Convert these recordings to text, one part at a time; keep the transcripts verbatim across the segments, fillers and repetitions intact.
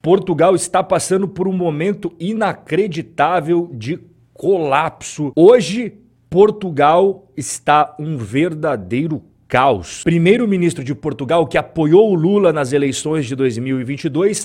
Portugal está passando por um momento inacreditável de colapso. Hoje, Portugal está um verdadeiro caos. Primeiro-ministro de Portugal, que apoiou o Lula nas eleições de dois mil e vinte e dois,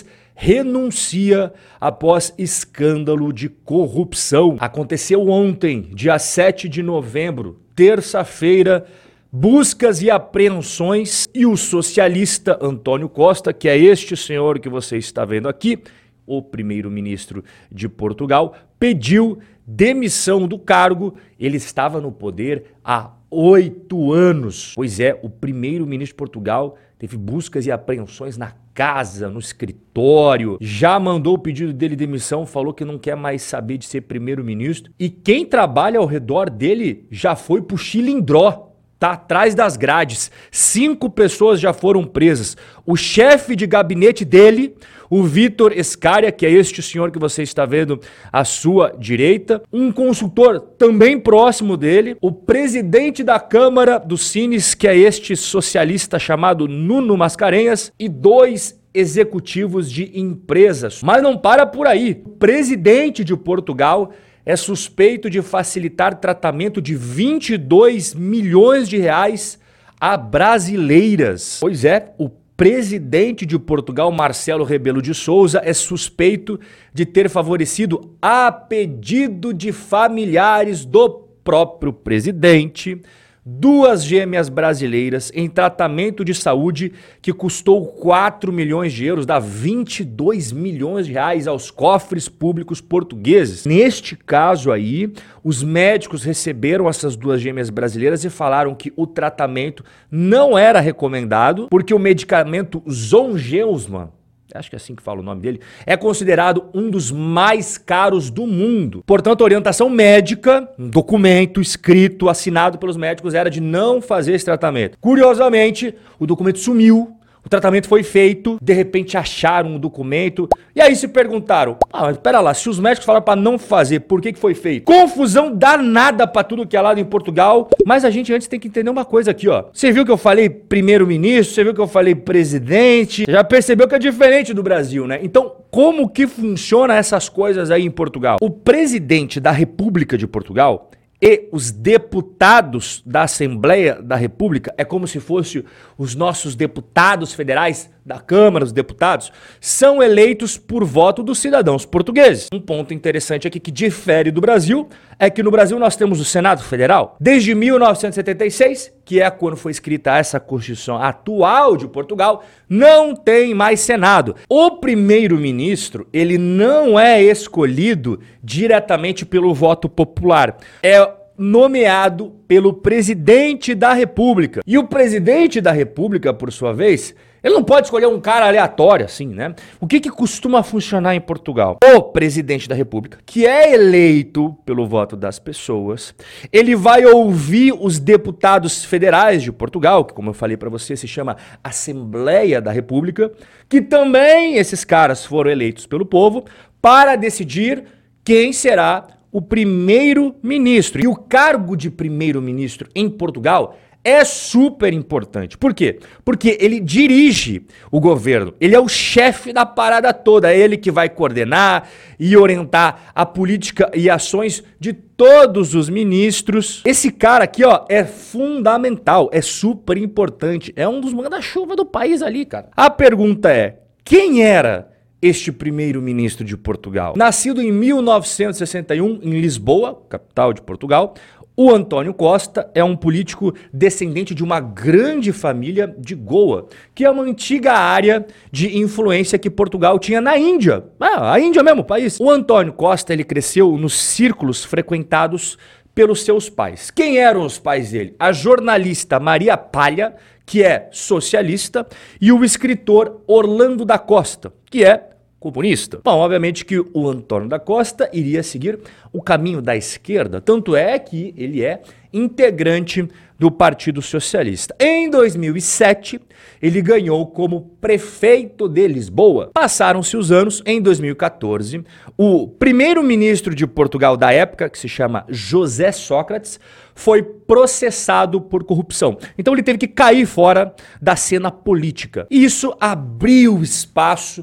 renuncia após escândalo de corrupção. Aconteceu ontem, dia sete de novembro, terça-feira, buscas e apreensões, e o socialista António Costa, que é este senhor que você está vendo aqui, o primeiro-ministro de Portugal, pediu demissão do cargo. Ele estava no poder há oito anos. Pois é, o primeiro-ministro de Portugal teve buscas e apreensões na casa, no escritório, já mandou o pedido dele de demissão, falou que não quer mais saber de ser primeiro-ministro. E quem trabalha ao redor dele já foi pro Chilindró. Tá atrás das grades. Cinco pessoas já foram presas. O chefe de gabinete dele, o Vítor Escaria, que é este senhor que você está vendo à sua direita, um consultor também próximo dele, o presidente da Câmara dos Cines, que é este socialista chamado Nuno Mascarenhas, e dois executivos de empresas. Mas não para por aí. O presidente de Portugal é suspeito de facilitar tratamento de vinte e dois milhões de reais a brasileiras. Pois é, o presidente de Portugal, Marcelo Rebelo de Sousa, é suspeito de ter favorecido, a pedido de familiares do próprio presidente, duas gêmeas brasileiras em tratamento de saúde que custou quatro milhões de euros, dá vinte e dois milhões de reais aos cofres públicos portugueses. Neste caso aí, os médicos receberam essas duas gêmeas brasileiras e falaram que o tratamento não era recomendado porque o medicamento Zolgensma, acho que é assim que fala o nome dele, é considerado um dos mais caros do mundo. Portanto, a orientação médica, um documento escrito, assinado pelos médicos, era de não fazer esse tratamento. Curiosamente, o documento sumiu, o tratamento foi feito, de repente acharam o documento, e aí se perguntaram, ah, mas pera lá, se os médicos falaram para não fazer, por que que foi feito? Confusão danada para tudo que é lado em Portugal, mas a gente antes tem que entender uma coisa aqui, ó. Você viu que eu falei primeiro-ministro, você viu que eu falei presidente, já percebeu que é diferente do Brasil, né? Então, como que funciona essas coisas aí em Portugal? O presidente da República de Portugal e os deputados da Assembleia da República, é como se fossem os nossos deputados federais da Câmara dos Deputados, são eleitos por voto dos cidadãos portugueses. Um ponto interessante aqui que difere do Brasil é que no Brasil nós temos o Senado Federal. Desde mil novecentos e setenta e seis, que é quando foi escrita essa Constituição atual de Portugal, não tem mais Senado. O primeiro-ministro, ele não é escolhido diretamente pelo voto popular. É nomeado pelo presidente da República. E o presidente da República, por sua vez, ele não pode escolher um cara aleatório assim, né? O que que costuma funcionar em Portugal? O presidente da República, que é eleito pelo voto das pessoas, ele vai ouvir os deputados federais de Portugal, que, como eu falei para você, se chama Assembleia da República, que também esses caras foram eleitos pelo povo para decidir quem será o primeiro-ministro. E o cargo de primeiro-ministro em Portugal é super importante. Por quê? Porque ele dirige o governo. Ele é o chefe da parada toda. É ele que vai coordenar e orientar a política e ações de todos os ministros. Esse cara aqui, ó, é fundamental, é super importante. É um dos manda-chuva do país ali, cara. A pergunta é, quem era este primeiro-ministro de Portugal? Nascido em mil novecentos e sessenta e um em Lisboa, capital de Portugal, o António Costa é um político descendente de uma grande família de Goa, que é uma antiga área de influência que Portugal tinha na Índia. Ah, a Índia mesmo, o país. O António Costa, ele cresceu nos círculos frequentados pelos seus pais. Quem eram os pais dele? A jornalista Maria Palha, que é socialista, e o escritor Orlando da Costa, que é comunista. Bom, obviamente que o António da Costa iria seguir o caminho da esquerda, tanto é que ele é integrante do Partido Socialista. Em dois mil e sete, ele ganhou como prefeito de Lisboa. Passaram-se os anos, em dois mil e quatorze, o primeiro-ministro de Portugal da época, que se chama José Sócrates, foi processado por corrupção. Então ele teve que cair fora da cena política. E isso abriu espaço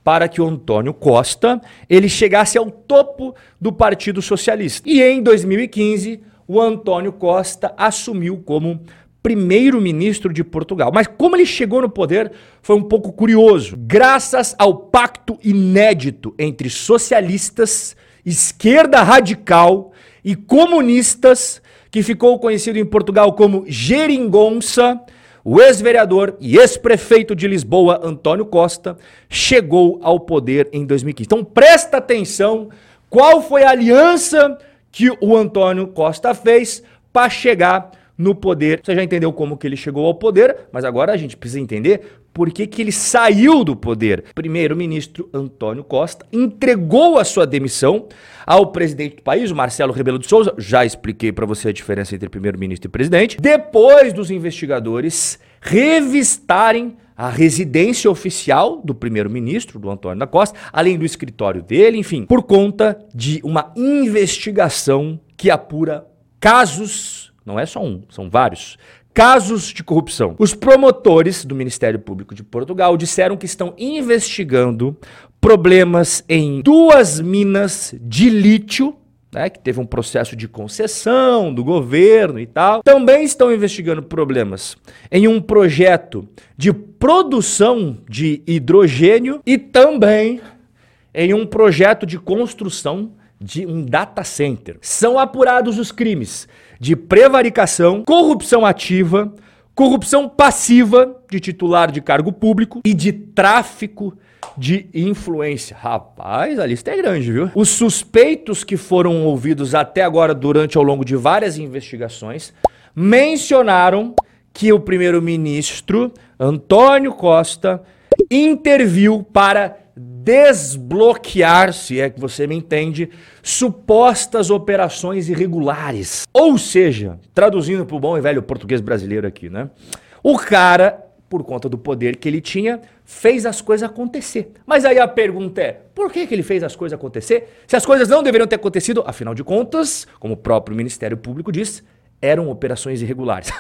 para que o Antônio Costa ele chegasse ao topo do Partido Socialista. E em dois mil e quinze, o Antônio Costa assumiu como primeiro-ministro de Portugal. Mas como ele chegou no poder foi um pouco curioso. Graças ao pacto inédito entre socialistas, esquerda radical e comunistas, que ficou conhecido em Portugal como Geringonça, o ex-vereador e ex-prefeito de Lisboa, Antônio Costa, chegou ao poder em dois mil e quinze. Então presta atenção qual foi a aliança que o Antônio Costa fez para chegar no poder. Você já entendeu como que ele chegou ao poder, mas agora a gente precisa entender por que que ele saiu do poder. Primeiro-ministro Antônio Costa entregou a sua demissão ao presidente do país, o Marcelo Rebelo de Sousa. Já expliquei para você a diferença entre primeiro-ministro e presidente. Depois dos investigadores revistarem a residência oficial do primeiro-ministro, do Antônio da Costa, além do escritório dele, enfim, por conta de uma investigação que apura casos, não é só um, são vários, casos de corrupção. Os promotores do Ministério Público de Portugal disseram que estão investigando problemas em duas minas de lítio, né, que teve um processo de concessão do governo e tal. Também estão investigando problemas em um projeto de produção de hidrogênio e também em um projeto de construção de um data center. São apurados os crimes de prevaricação, corrupção ativa, corrupção passiva de titular de cargo público e de tráfico de influência. Rapaz, a lista é grande, viu? Os suspeitos que foram ouvidos até agora durante ao longo de várias investigações mencionaram que o primeiro-ministro Antônio Costa interviu para desbloquear, se é que você me entende, supostas operações irregulares. Ou seja, traduzindo para o bom e velho português brasileiro aqui, né? O cara, por conta do poder que ele tinha, fez as coisas acontecer. Mas aí a pergunta é, por que que ele fez as coisas acontecer? Se as coisas não deveriam ter acontecido, afinal de contas, como o próprio Ministério Público diz, eram operações irregulares.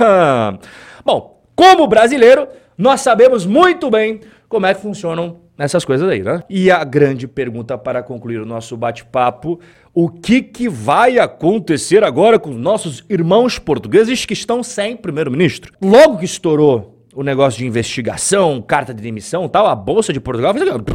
Bom, como brasileiro, nós sabemos muito bem como é que funcionam essas coisas aí, né? E a grande pergunta para concluir o nosso bate-papo, o que que vai acontecer agora com os nossos irmãos portugueses que estão sem primeiro-ministro? Logo que estourou o negócio de investigação, carta de demissão e tal, a Bolsa de Portugal fez aquilo.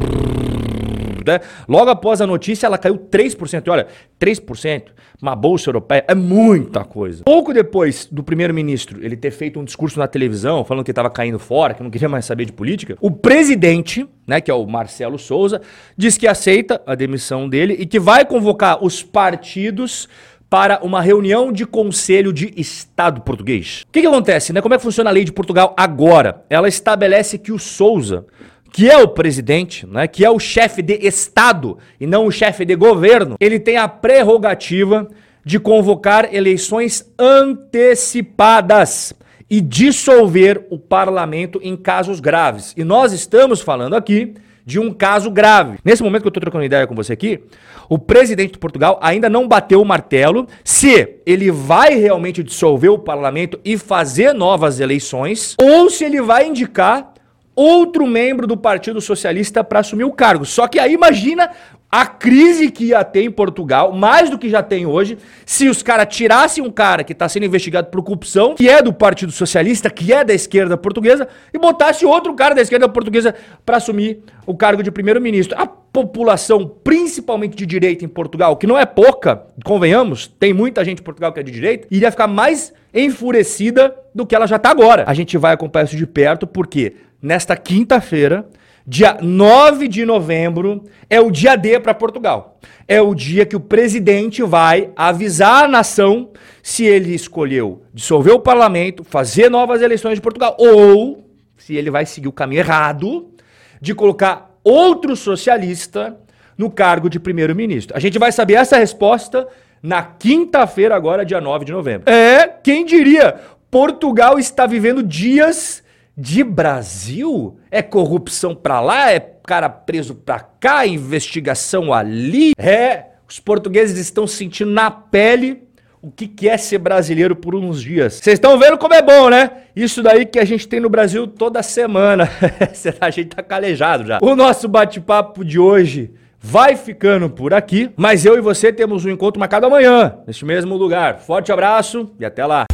Né? Logo após a notícia, ela caiu três por cento. E olha, três por cento, uma bolsa europeia, é muita coisa. Pouco depois do primeiro-ministro ele ter feito um discurso na televisão, falando que estava caindo fora, que não queria mais saber de política, o presidente, né, que é o Marcelo Sousa, diz que aceita a demissão dele e que vai convocar os partidos para uma reunião de Conselho de Estado português. O que que acontece, né? Como é que funciona a lei de Portugal agora? Ela estabelece que o Sousa, que é o presidente, né, que é o chefe de Estado e não o chefe de governo, ele tem a prerrogativa de convocar eleições antecipadas e dissolver o parlamento em casos graves. E nós estamos falando aqui de um caso grave. Nesse momento que eu estou trocando ideia com você aqui, o presidente de Portugal ainda não bateu o martelo se ele vai realmente dissolver o parlamento e fazer novas eleições ou se ele vai indicar outro membro do Partido Socialista para assumir o cargo. Só que aí imagina a crise que ia ter em Portugal, mais do que já tem hoje, se os caras tirassem um cara que está sendo investigado por corrupção, que é do Partido Socialista, que é da esquerda portuguesa, e botasse outro cara da esquerda portuguesa para assumir o cargo de primeiro-ministro. A população, principalmente de direita em Portugal, que não é pouca, convenhamos, tem muita gente em Portugal que é de direita, iria ficar mais enfurecida do que ela já está agora. A gente vai acompanhar isso de perto, porque nesta quinta-feira, dia nove de novembro, é o dia D para Portugal. É o dia que o presidente vai avisar a nação se ele escolheu dissolver o parlamento, fazer novas eleições de Portugal, ou se ele vai seguir o caminho errado de colocar outro socialista no cargo de primeiro-ministro. A gente vai saber essa resposta na quinta-feira, agora, dia nove de novembro. É, quem diria? Portugal está vivendo dias de Brasil? É corrupção pra lá, é cara preso pra cá, investigação ali. É, os portugueses estão sentindo na pele o que que é ser brasileiro por uns dias. Vocês estão vendo como é bom, né? Isso daí que a gente tem no Brasil toda semana. A gente tá calejado já. O nosso bate-papo de hoje vai ficando por aqui, mas eu e você temos um encontro marcado amanhã, neste mesmo lugar. Forte abraço e até lá.